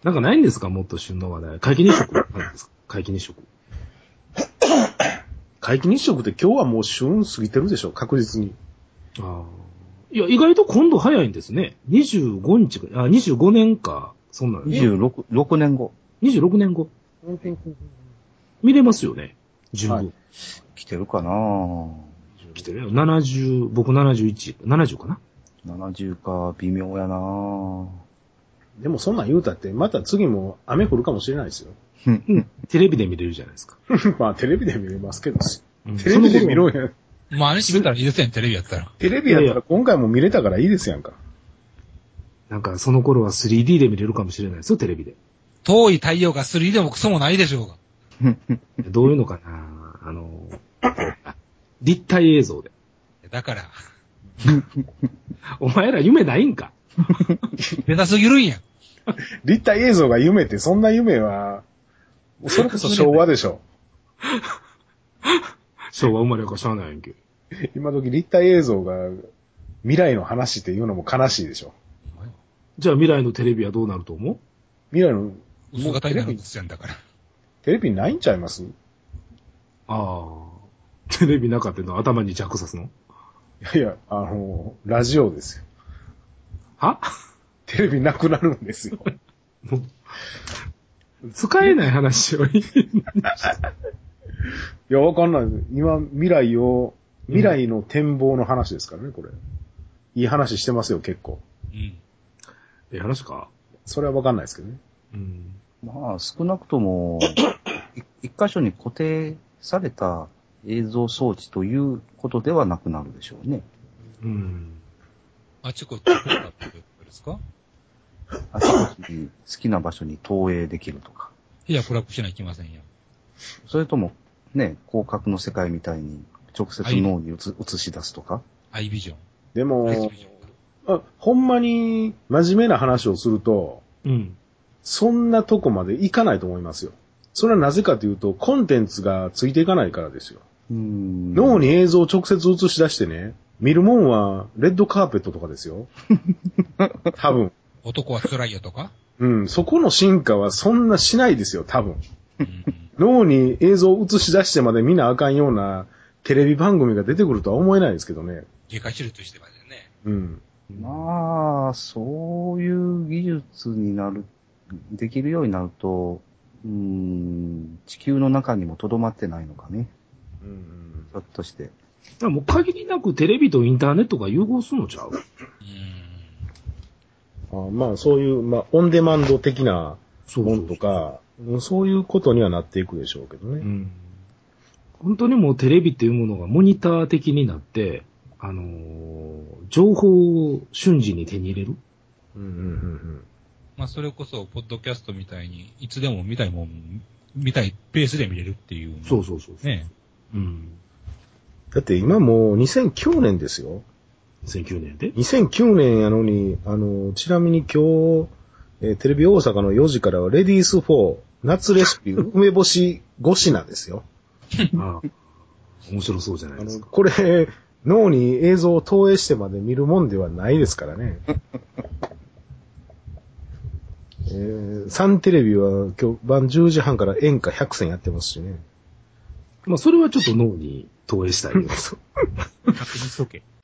なんかないんですか、もっと旬の話題。皆既日食なんですか、皆既日食。 皆既日食って今日はもう旬過ぎてるでしょ、確実に。 ああ。いや、意外と今度早いんですね。25日か、25年か、そんなん。 26年後。 26年後。見れますよね。十分。はい、 来てるかな来てるよ。70、僕71、70かな ?70 か、微妙やなでもそんなん言うたって、また次も雨降るかもしれないですよ。 うん。テレビで見れるじゃないですか。 まあテレビで見れますけど、テレビで見ろや。 まああれ閉めたらいいですやん、テレビやったら。 テレビやったら今回も見れたからいいですやんか。 なんかその頃は 3D で見れるかもしれないですよ、テレビで。 遠い太陽が 3D でもクソもないでしょうが。 どういうのかな立体映像で。 だから。 お前ら夢ないんかベタすぎるんや。 立体映像が夢ってそんな夢は、それこそ昭和でしょ。 昭和生まれるかしゃあないやんけ。 今時立体映像が未来の話っていうのも悲しいでしょ。 じゃあ未来のテレビはどうなると思う？ 未来の、 薄型になるんですよ、だから。 テレビないんちゃいます？ ああ。テレビなかったの頭にジャック刺すの？ いや、ラジオですよ。 は？ テレビなくなるんですよ。 もう使えない話をいや、わかんない。今、未来の展望の話ですからね、これ。いい話してますよ、結構。 うん。 話か？ それはわかんないですけどね。 うん。 まあ、少なくとも、一箇所に固定された映像装置ということではなくなるでしょうね。 うん。 あちこち、こうだってことですか？ あちこちに好きな場所に投影できるとか。 部屋暗くしないといけませんよ。 それとも、ね、広角の世界みたいに直接脳に映し出すとか。 アイビジョン。 でも、ほんまに真面目な話をすると、 うん。 そんなとこまでいかないと思いますよ。それはなぜかというと、コンテンツがついていかないからですよ。脳に映像を直接映し出してね、見るもんはレッドカーペットとかですよ。多分。 男は辛いよとか？ うん、そこの進化はそんなしないですよ、多分。脳に映像を映し出してまで見なあかんようなテレビ番組が出てくるとは思えないですけどね。 外科手術してまでね。 うん。 まあ、そういう技術にできるようになると、地球の中にも留まってないのかね。ひょっとして。 もう限りなくテレビとインターネットが融合するのちゃう？ まあそういう、まあオンデマンド的なもんとか、そういうことにはなっていくでしょうけどね。 うん、本当にもうテレビっていうものがモニター的になって、情報を瞬時に手に入れる。 まあそれこそ、ポッドキャストみたいに、いつでも見たいペースで見れるっていう。 そう。 ね。 うん。 だって今もう2009年ですよ。 2009年で ?2009 年やのに、ちなみに今日、テレビ大阪の4時からはレディース4夏レシピ梅干し5品ですよ。 ああ、面白そうじゃないですか。 これ、脳に映像を投影してまで見るもんではないですからね。サンテレビは今日晩10時半から演歌100選やってますしね。 まあそれはちょっと脳に投影したいよ。 勝手にしとけ。